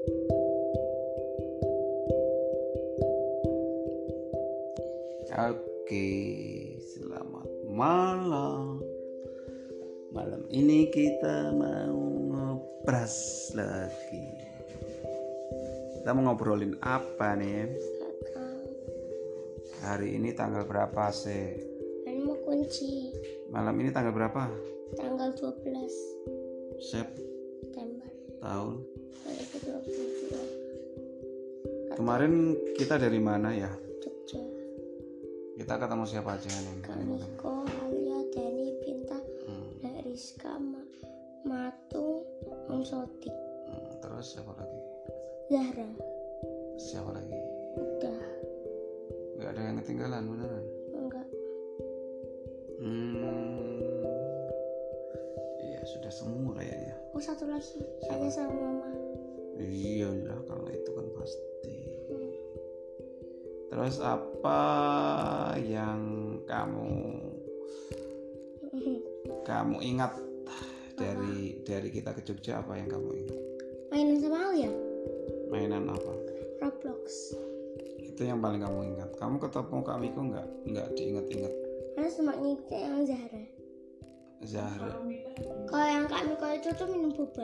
Oke, selamat malam. Malam ini kita mau ngobras lagi. Kita mau ngobrolin apa nih? Hari ini tanggal berapa sih? Hari mau kunci. Malam ini tanggal berapa? Tanggal 12 September tahun 2022. Kemarin kita dari mana ya? Jogja. Kita ketemu siapa aja nih? Kamiko, Alia, Dani, Pinta, Rizka, Matung, Om Sotik. Terus siapa lagi? Zahra. Siapa lagi? Udah. Gak ada yang ketinggalan beneran? Enggak. Iya sudah semua kayaknya. Oh, satu lagi. Saya sama mama. Iya lah, kalau itu kan pasti. Terus apa yang kamu ingat dari kita ke Jogja? Apa yang kamu ingat? Mainan sama Alia. Mainan apa? Roblox. Itu yang paling kamu ingat. Kamu ketemu Kamiko nggak diingat-ingat? Karena cuma ngikut yang Zahra. Kalau yang Kamiko itu tuh minum boba.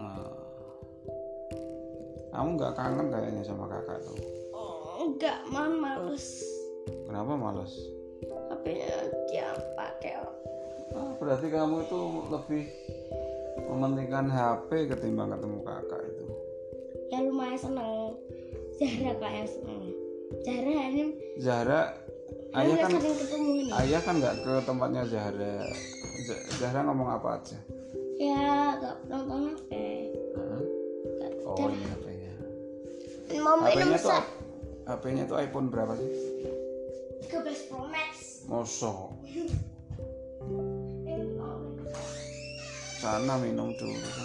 Kamu nggak kangen kayaknya sama kakak tuh? Enggak, males. Kenapa malas? HP-nya dia pakai. Berarti kamu itu lebih mementingkan HP ketimbang ketemu kakak itu. Ya lumayan seneng. Zahra kak yang seneng. Zahra ayah kan sering ketemu nih. ayah kan nggak ke tempatnya Zahra. Zahra ngomong apa aja? Ya gak nonton HP. Oh ini HP-nya. Mau minum HP-nya tuh iPhone berapa sih? 13 Pro Max. Mosok. Sana minum dulu sana.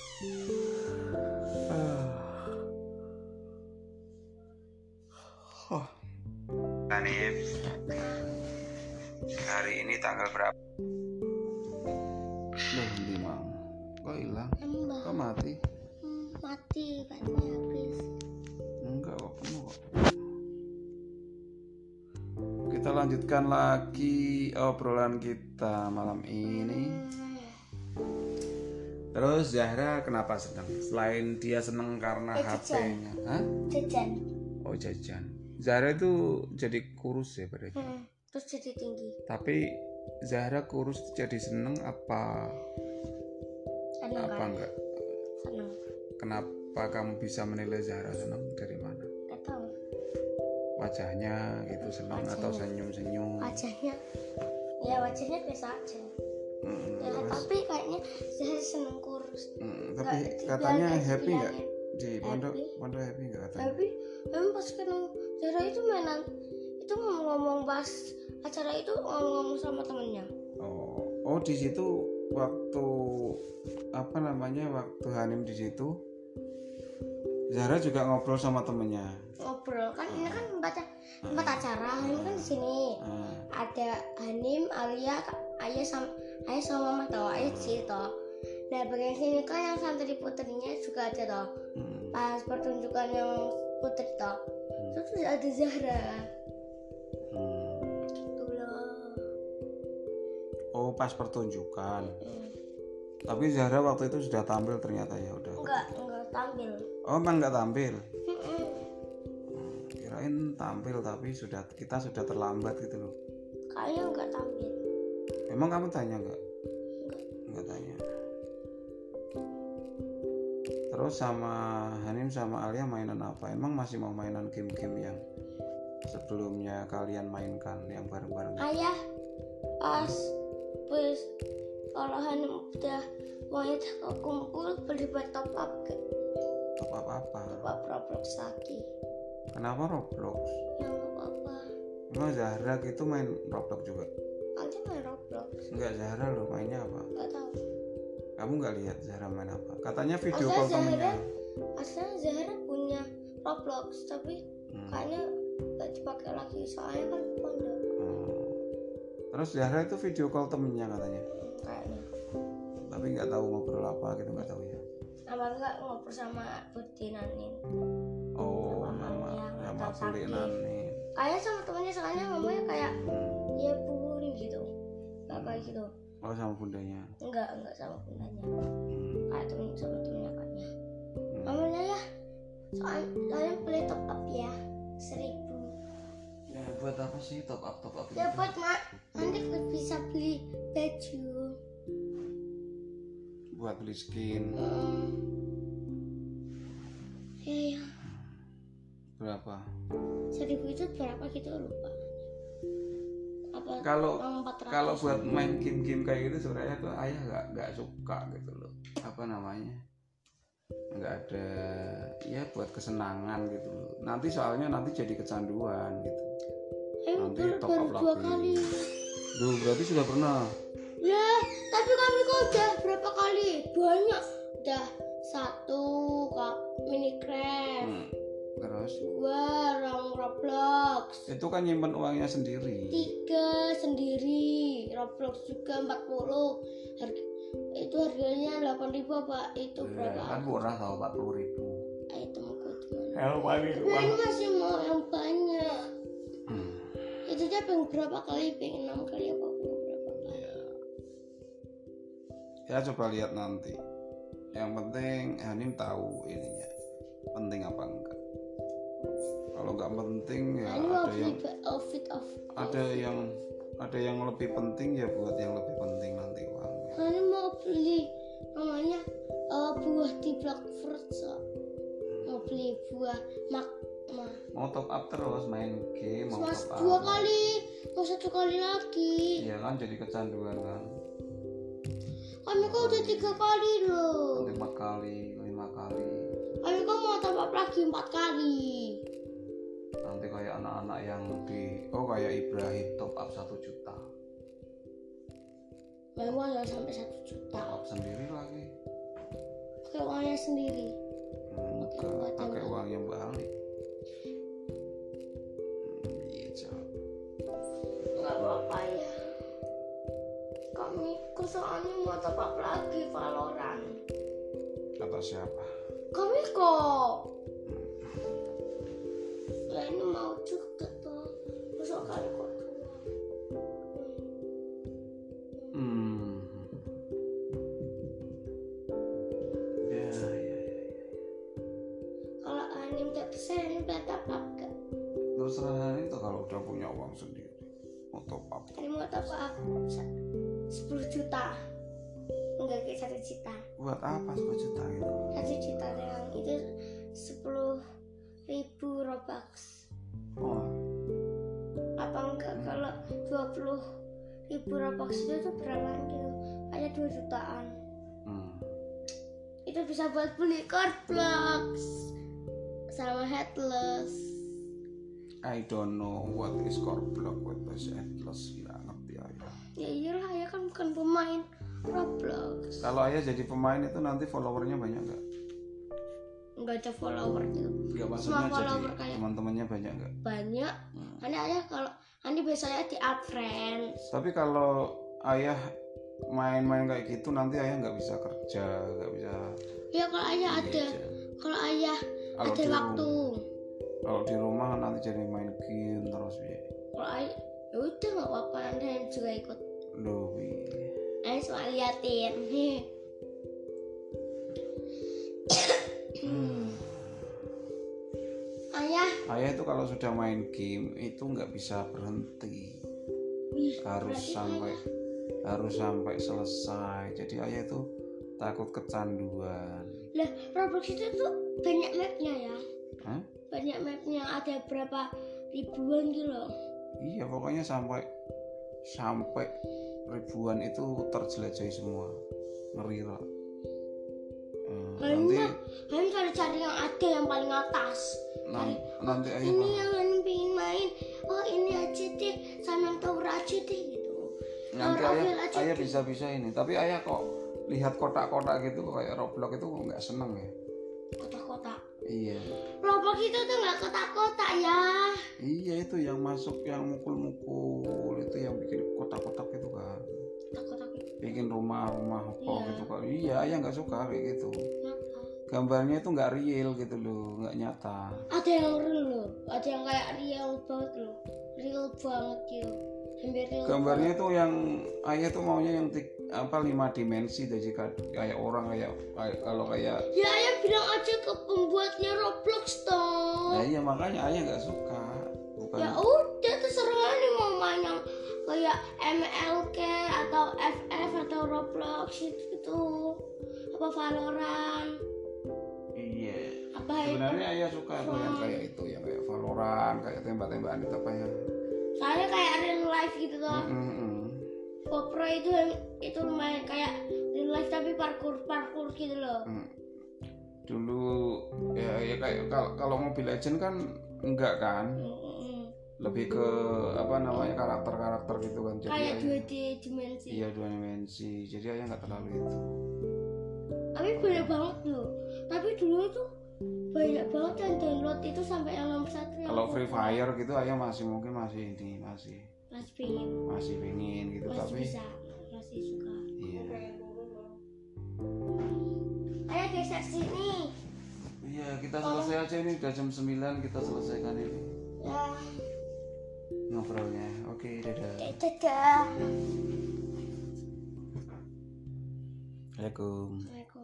Hanif, hari ini tanggal berapa? Loh, 5. Kok hilang? Kok mati? Mati, baterainya habis. Enggak kok, penuh kok. Kita lanjutkan lagi obrolan kita malam ini. Terus Zahra kenapa senang? Selain dia senang karena HP-nya, Jajan. Oh jajan. Zahra itu jadi kurus ya berarti. Terus jadi tinggi. Tapi Zahra kurus jadi seneng apa? Seneng apa kan? enggak? Seneng. Kenapa kamu bisa menilai Zahra seneng? Dari mana? Gak tahu. Wajahnya gitu seneng atau senyum-senyum? Wajahnya biasa aja. Tapi kayaknya Zahra seneng kurus. Tapi katanya happy nggak di pondok happy nggak katanya? Happy. Memang pas kenal Zahra itu mainan itu ngomong pas acara itu ngomong sama temennya. Oh di situ waktu waktu Hanim di situ Zahra juga ngobrol sama temennya. Ngobrol kan ini kan tempat acara ini kan di sini ada Hanim, Alia, ayah sama mama toh, ayah sih toh. Nah bagian sini kan yang santri putrinya juga ada toh. Pas pertunjukan yang putri toh, itu ada Zahra. Gitu loh. Oh pas pertunjukan. Tapi Zahra waktu itu sudah tampil ternyata ya udah. Enggak tampil. Oh emang nggak tampil? Kirain tampil tapi kita sudah terlambat gitu loh. Kayaknya enggak tampil. Emang kamu tanya nggak? Nggak tanya. Terus sama Hanim sama Alia mainan apa? Emang masih mau mainan game-game yang sebelumnya kalian mainkan yang bareng-bareng? Ayah pas kalau Hanim udah mau kumpul beli buat top up apa? Top up Roblox lagi. Kenapa Roblox? Yang apa? Emang Zahra gitu main Roblox juga? Aja main Roblox. Enggak, Zahra lo mainnya apa? Enggak tahu. Kamu nggak lihat Zahra main apa? Katanya video call temennya. Asalnya Zahra punya Roblox tapi kayaknya nggak dipakai lagi soalnya kan pondok. Terus Zahra itu video call temennya katanya. Kayaknya. Tapi nggak tahu ngobrol apa gitu, nggak tahu ya. sama enggak ngobrol sama Budi Nanin. Oh, sama Budi Nanin. Kayak sama temannya soalnya ngomongnya kayak ya bun gitu. Enggak kayak gitu. Oh, sama bundanya. Enggak sama bundanya. Kayak temen sama temennya kakaknya. Ngomongnya ya. Soalnya beli top up ya 1.000. Ya buat apa sih top up Ya gitu? buat nanti bisa beli baju. Buat beli skin. Ya. Berapa? 1.000 itu berapa gitu lupa. Apa? Kalau buat main game-game kayak gitu sebenarnya tuh ayah nggak suka gitu loh. Apa namanya? Nggak ada ya buat kesenangan gitu loh. Nanti soalnya jadi kecanduan gitu. Nanti top up baru 2 kali. Duh, berarti sudah pernah. Ya, tapi kami kok udah berapa kali? Banyak. Udah 1 kak Minecraft. Terus 2 Roblox. itu kan nyimpen uangnya sendiri. 3 sendiri. Roblox juga 40. Itu harganya 8.000 apa? Itu berapa? Kan murah tau 40.000. Itu temanku. Ini masih mau yang banyak. Itu dia pengen berapa kali? Pengen 6 kali apa berapa kali? Ya coba lihat nanti. Yang penting Hanim tahu ininya penting apa enggak. Kalau nggak penting ya ada yang lebih penting ya buat yang lebih penting nanti uangnya. Hanim mau beli namanya buah di Blackfruit. Mau beli buah magma. Mau top up terus main game mau top up. 2 kali, mau 1 kali lagi. Iya kan jadi kecanduan kan. Kami kok udah 3 kali loh. 5 kali. Kami kok mau top up lagi 4 kali. Nanti kayak anak-anak yang kayak Ibrahim top up 1 juta. Memang ya sampai 1 juta. Top up sendiri lagi. Pakai uangnya sendiri. Pakai uang yang balik. Nggak apa-apa ya. Kami soalnya mau top up lagi Valorant. Kata siapa? Kami kok. Ya ini mau juga tuh. Besok kali kok. Ya. Kalau Hanim tak bisa, Hanim tak top up gak? Terserah Hanim tuh kalau udah punya uang sendiri mau top up. Hanim mau top up 10 juta. Enggak kayak 1 juta. Buat apa 10 juta itu? 1 juta yang itu 10.000 Robux. Oh. Apa enggak kalau 20.000 Robux itu berapa gitu? Kayak 2 jutaan. Itu bisa buat beli card blocks sama headless. I don't know what is core block, what is headless, nggak ngerti ayah. Ya iyalah, ayah kan bukan pemain Roblox. Kalau ayah jadi pemain itu nanti followernya banyak nggak? Nggak ada follower gitu. Nggak, maksudnya jadi teman-temannya banyak nggak? Banyak. Karena ayah kalau nanti biasanya di add friends. Tapi kalau ayah main-main kayak gitu nanti ayah nggak bisa kerja, nggak bisa. Ya kalau ayah ada, kalau ayah ada waktu. Kalau di rumah nanti jadi main game terus ya. Kalau ayah ya udah nggak apa-apa, nanti ayah juga ikut. Loh, Ayah cuma liatin. Ayah itu kalau sudah main game itu nggak bisa berhenti. Harus sampai selesai. Jadi ayah itu takut kecanduan. Lah, Roblox itu tuh banyak mapnya ya. Hah? Banyak mapnya, ada berapa ribuan gitu loh. Iya, pokoknya sampai ribuan itu terjelajahi semua. Ngeri lah. Nanti cari yang ada yang paling atas. Nanti ini yang pengen main. Oh ini aja deh, sama yang tower aja deh gitu. Nanti ayah bisa ini. Tapi ayah kok lihat kotak-kotak gitu kayak Roblox itu nggak seneng ya? Kotak-kotak? Iya. Roblox itu tuh nggak kotak-kotak ya? Iya, itu yang masuk yang mukul-mukul itu yang bikin kotak-kotak itu kan. Kotak-kotak itu. Bikin rumah apa gitu kan. Iya, ayah nggak suka kayak gitu. Kenapa? gambarnya itu nggak real gitu loh, nggak nyata. Ada yang real loh, ada yang kayak real banget loh, real banget gitu, hampir real. Gambarnya itu yang ayah tuh maunya yang 5 dimensi dari kayak orang kayak kalau kayak. Ya ayah bilang aja ke pembuatnya Roblox toh. Nah iya makanya ayah nggak suka. Bukan. Ya udah terserah nih mau main yang kayak MLK atau FF atau Roblox gitu, apa Valorant. Iya. Apa sebenarnya ayah suka tuh yang kayak itu, yang kayak Valorant, kayak tembak-tembakan itu apa ya. Soalnya kayak real life gitu toh. GoPro itu lumayan kayak real life tapi parkour gitu loh. Dulu ya kayak kalau Mobile Legend kan enggak kan. Lebih ke apa namanya karakter gitu kan. Jadi kayak 2D dimensi. Iya 2 dimensi. Jadi ayah nggak terlalu itu. Tapi banyak banget loh. Tapi dulu itu banyak banget yang download itu sampai yang nomor 1. Kalau Free Fire gitu ayah masih pengen gitu, masih tapi bisa, masih suka. Iya. Ayo geser sini. Iya kita selesai aja ini, udah jam 9 kita selesaikan ini. Ya. Ngobrolnya. Oke, dadah. Dadah. Assalamualaikum. Waalaikumsalam.